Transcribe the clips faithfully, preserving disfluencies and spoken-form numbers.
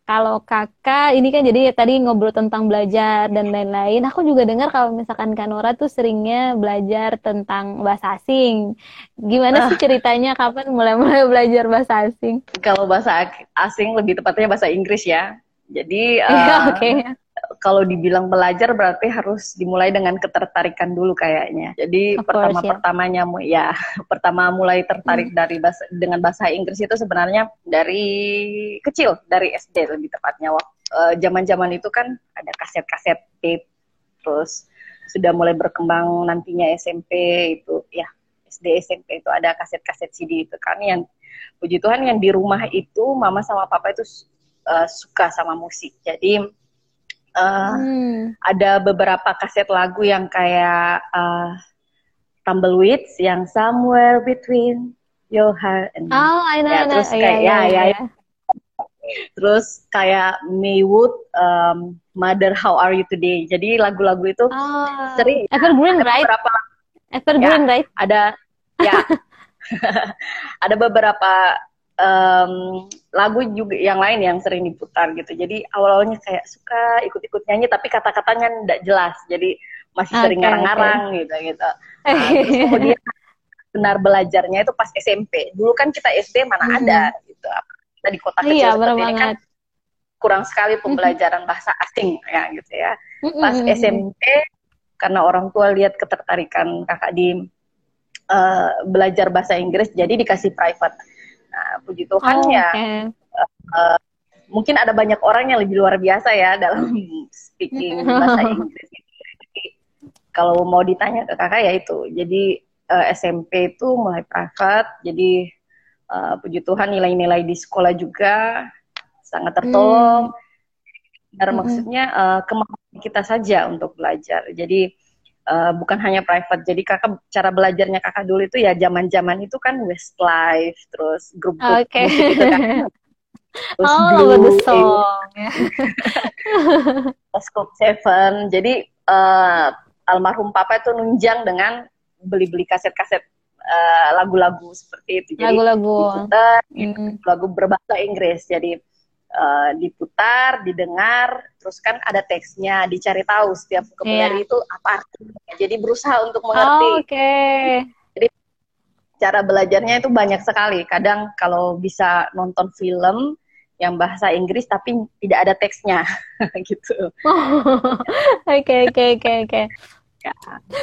kalau kakak ini kan jadi tadi ngobrol tentang belajar dan lain-lain. Aku juga dengar kalau misalkan Kanora tuh seringnya belajar tentang bahasa asing. Gimana sih Ah, ceritanya? Kapan mulai-mulai belajar bahasa asing? kalau bahasa asing lebih tepatnya bahasa Inggris ya. Jadi Iya, uh, oke. kalau dibilang belajar berarti harus dimulai dengan ketertarikan dulu kayaknya. Jadi Of course ya. pertama-pertamanya ya pertama mulai Hmm. tertarik dari bahasa, dengan bahasa Inggris itu sebenarnya dari kecil, dari S D lebih tepatnya. Waktu uh, zaman-zaman itu kan ada kaset-kaset tape, terus sudah mulai berkembang nantinya S M P itu ya, S D S M P itu ada kaset-kaset C D itu kan, yang puji Tuhan yang di rumah itu mama sama papa itu uh, suka sama musik. Jadi uh, Hmm. ada beberapa kaset lagu yang kayak uh, Tumbleweeds yang Somewhere Between Your Heart and Mine. Oh, I know, I Ya, know. terus Oh, iya, kayak iya, ya iya, ya, iya. terus kayak Maywood, um, Mother How Are You Today. Jadi lagu-lagu itu Oh, sering ya, Evergreen, ada right? beberapa ya, Evergreen, right? ada ya, ada beberapa um, lagu juga yang lain yang sering diputar gitu. Jadi awal-awalnya kayak suka ikut-ikut nyanyi tapi kata-katanya tidak jelas. Jadi masih sering Oke, oke. ngarang-ngarang gitu gitu. Nah, terus kemudian benar belajarnya itu pas S M P. Dulu kan kita S D mana ada Hmm. gitu. Kita di kota Iya, kecil benar seperti ini kan banget. kurang sekali pembelajaran bahasa asing ya gitu ya. Pas Mm-mm. S M P karena orang tua lihat ketertarikan kakak di uh, belajar bahasa Inggris, jadi dikasih private. Nah, puji Tuhan Oh, ya, oke. uh, mungkin ada banyak orang yang lebih luar biasa ya dalam speaking bahasa Inggris. Jadi, kalau mau ditanya ke kakak ya itu, jadi uh, S M P itu mulai private, jadi uh, puji Tuhan nilai-nilai di sekolah juga sangat Hmm. tertolong. Karena Mm-mm. maksudnya uh, kemampuan kita saja untuk belajar. Jadi uh, bukan hanya private. Jadi kakak cara belajarnya kakak dulu itu ya zaman-zaman itu kan Westlife, terus grup-grup Oke. musik itu kan, terus Oh, Love the Blue, Eight, Song. Ya. Scope Seven. Jadi uh, almarhum papa itu nunjang dengan beli-beli kaset-kaset uh, lagu-lagu seperti itu. Jadi Lagu-lagu. diputar Hmm. lagu berbahasa Inggris. Jadi uh, diputar, didengar, terus kan ada teksnya, dicari tahu setiap vocabulary Iya. itu apa artinya. Jadi berusaha untuk Oh, mengerti. oke. Jadi cara belajarnya itu banyak sekali. Kadang kalau bisa nonton film yang bahasa Inggris tapi tidak ada teksnya gitu. Oke, oke, oke, oke. Ya.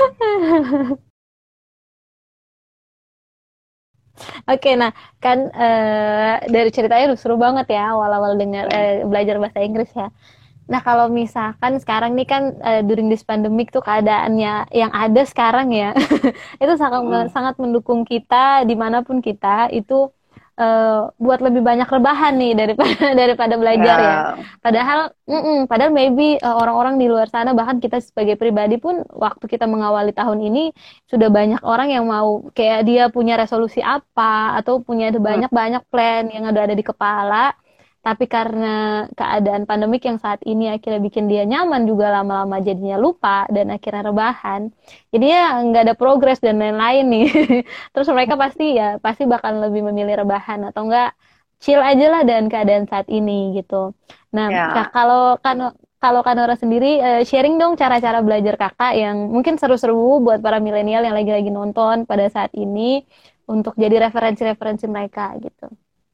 Oke, nah kan eh, dari ceritanya seru banget ya awal-awal dengar eh, belajar bahasa Inggris ya. Nah, kalau misalkan sekarang nih kan eh, during this pandemic tuh keadaannya yang ada sekarang ya, itu sangat Mm. sangat mendukung kita dimanapun kita itu eh, buat lebih banyak rebahan nih daripada daripada belajar ya. Ya. Padahal, mm-mm, padahal maybe eh, orang-orang di luar sana bahkan kita sebagai pribadi pun waktu kita mengawali tahun ini sudah banyak orang yang mau kayak dia punya resolusi apa atau punya Mm. banyak-banyak plan yang ada ada di kepala tapi karena keadaan pandemik yang saat ini akhirnya bikin dia nyaman juga lama-lama jadinya lupa dan akhirnya rebahan. Jadinya nggak ada progres dan lain-lain nih. Terus mereka pasti ya pasti bakal lebih memilih rebahan atau enggak chill aja lah dengan keadaan saat ini gitu. Nah, Kak, Ya. kalau kan kalau Kanora sendiri eh, sharing dong cara-cara belajar kakak yang mungkin seru-seru buat para milenial yang lagi-lagi nonton pada saat ini untuk jadi referensi-referensi mereka gitu.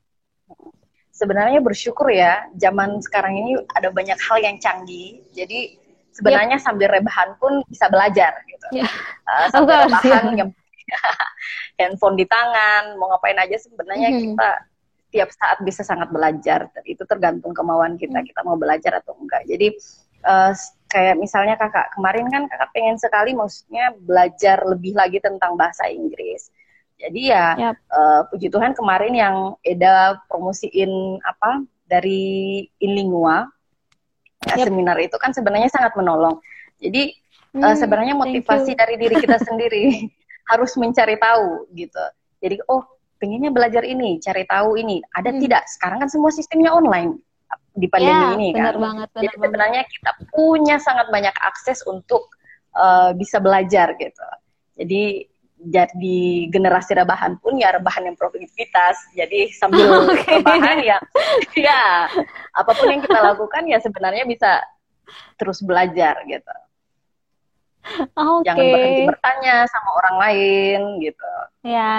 Sebenarnya bersyukur ya, zaman sekarang ini ada banyak hal yang canggih. Jadi Yap, sebenarnya sambil rebahan pun bisa belajar gitu. ya, Uh, of sambil course rebahan ya. yang handphone di tangan, mau ngapain aja sebenarnya Mhm. kita tiap saat bisa sangat belajar. Itu tergantung kemauan kita, Hmm. kita mau belajar atau enggak. Jadi uh, kayak misalnya kakak kemarin kan kakak pengen sekali maksudnya belajar lebih lagi tentang bahasa Inggris. Jadi ya Yap. uh, puji Tuhan kemarin yang Eda promosiin apa dari Inlingua ya, Yap. seminar itu kan sebenarnya sangat menolong. Jadi uh, Hmm, sebenarnya thank motivasi you. dari diri kita sendiri harus mencari tahu gitu. Jadi oh pengennya belajar ini, cari tahu ini, ada Hmm. tidak? Sekarang kan semua sistemnya online di pandemi Ya, ini benar kan. banget, benar Jadi banget. sebenarnya kita punya sangat banyak akses untuk uh, bisa belajar gitu. Jadi jadi generasi rebahan pun ya rebahan yang produktivitas. Jadi sambil okay. rebahan ya, ya apapun yang kita lakukan ya sebenarnya bisa terus belajar gitu. Okay. Jangan berhenti bertanya sama orang lain gitu. Ya.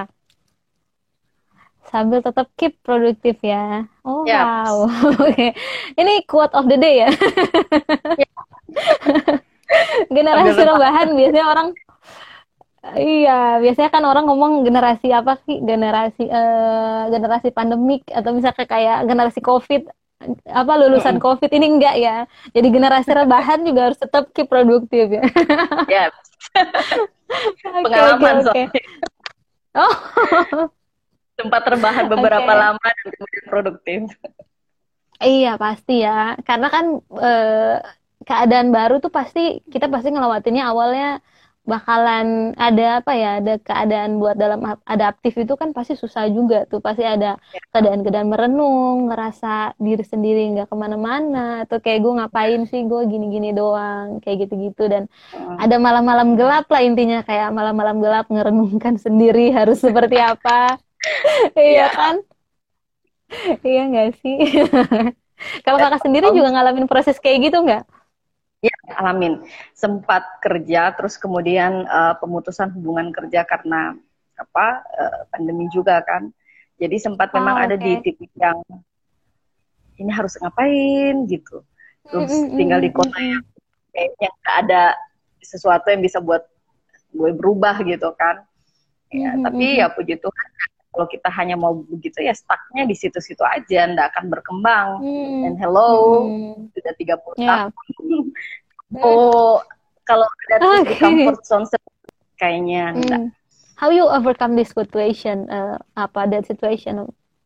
Sambil tetap keep produktif ya. Oh yep. Wow. Oke. Ini quote of the day ya. Generasi rebahan biasanya orang, iya biasanya kan orang ngomong generasi apa sih, generasi uh, generasi pandemik atau misalnya kayak generasi COVID, apa lulusan mm-hmm. COVID, ini enggak ya. Jadi generasi rebahan juga harus tetap keep produktif ya. Ya. Okay, pengalaman okay, okay. soalnya. Oh. Sempat rebahan beberapa okay. lama dan kemudian produktif. Iya pasti ya, karena kan uh, keadaan baru tuh pasti kita pasti ngelewatinnya awalnya bakalan ada apa ya, ada keadaan buat dalam adaptif itu kan pasti susah juga tuh, pasti ada keadaan-keadaan merenung, ngerasa diri sendiri nggak kemana-mana, atau kayak gue ngapain sih, gue gini-gini doang, kayak gitu-gitu, dan hmm. ada malam-malam gelap lah intinya, kayak malam-malam gelap ngerenungkan sendiri harus seperti apa. Iya kan? Iya nggak sih? Kalau kakak sendiri juga ngalamin proses kayak gitu nggak? Ya, alamin. Sempat kerja, terus kemudian uh, pemutusan hubungan kerja karena apa uh, pandemi juga kan. Jadi sempat memang oh, ada okay. di titik yang ini harus ngapain gitu. Terus mm-hmm. tinggal di kota yang kayaknya nggak ada sesuatu yang bisa buat gue berubah gitu kan. Ya, mm-hmm. tapi ya puji Tuhan, kalau kita hanya mau begitu ya stucknya di situ-situ aja, nggak akan berkembang. Hmm. Dan hello, hmm. sudah tiga puluh yeah. tahun. Oh, kalau ada terus okay. di comfort zone kayaknya enggak. Hmm. How you overcome this situation? Uh, apa that situation?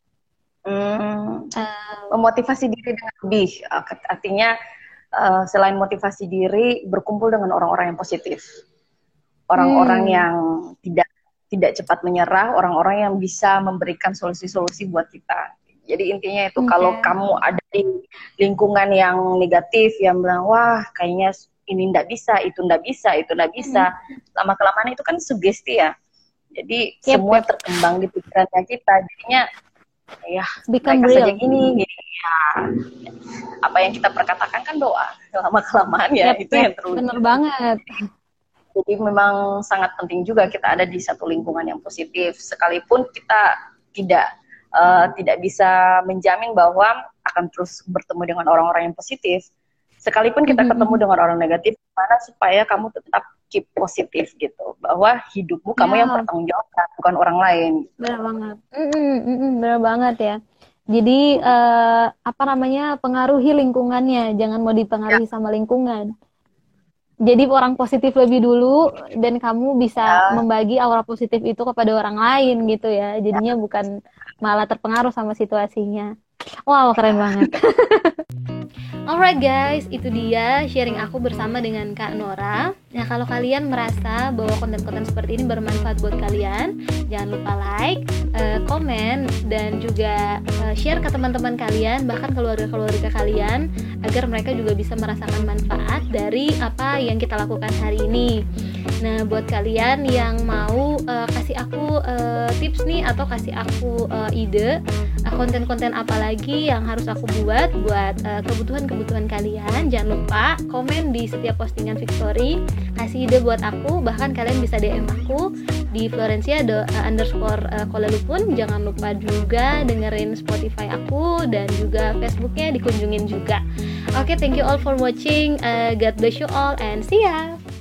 Hmm, uh, memotivasi diri dengan lebih. Artinya uh, selain motivasi diri, berkumpul dengan orang-orang yang positif. Orang-orang hmm. yang tidak tidak cepat menyerah, orang-orang yang bisa memberikan solusi-solusi buat kita. Jadi intinya itu okay. kalau kamu ada di lingkungan yang negatif, yang bilang, wah kayaknya ini nggak bisa, itu nggak bisa, itu nggak bisa, mm-hmm. lama-kelamaan itu kan sugesti ya. Jadi yep, semua yep. terkembang di pikirannya kita. Jadinya ya mereka real. Saja gini, gini ya. Apa yang kita perkatakan kan doa. Lama-kelamaan ya yep, itu yep. yang terus. Bener banget. Jadi memang sangat penting juga kita ada di satu lingkungan yang positif, sekalipun kita tidak uh, tidak bisa menjamin bahwa akan terus bertemu dengan orang-orang yang positif. Sekalipun kita mm-hmm. ketemu dengan orang negatif, gimana supaya kamu tetap keep positif gitu, bahwa hidupmu kamu yeah. yang bertanggung jawab, bukan orang lain. Benar banget, mm-hmm. benar banget ya. Jadi uh, apa namanya, pengaruhi lingkungannya, jangan mau dipengaruhi yeah. sama lingkungan. Jadi orang positif lebih dulu dan kamu bisa ya. membagi aura positif itu kepada orang lain gitu ya. Jadinya ya. bukan malah terpengaruh sama situasinya. Wow, keren banget. Alright guys, itu dia sharing aku bersama dengan Kak Nora. Nah, kalau kalian merasa bahwa konten-konten seperti ini bermanfaat buat kalian, jangan lupa like, uh, komen, dan juga uh, share ke teman-teman kalian, bahkan keluarga-keluarga kalian, agar mereka juga bisa merasakan manfaat dari apa yang kita lakukan hari ini. Nah, buat kalian yang mau uh, kasih aku uh, tips nih, atau kasih aku uh, ide uh, konten-konten apa lagi yang harus aku buat buat uh, kebutuhan-kebutuhan kalian, jangan lupa komen di setiap postingan Victory, kasih ide buat aku. Bahkan kalian bisa D M aku di Florencia the, uh, underscore uh, Kolalupun. Jangan lupa juga dengerin Spotify aku, dan juga Facebooknya dikunjungin juga. Oke, okay, thank you all for watching. uh, God bless you all and see ya.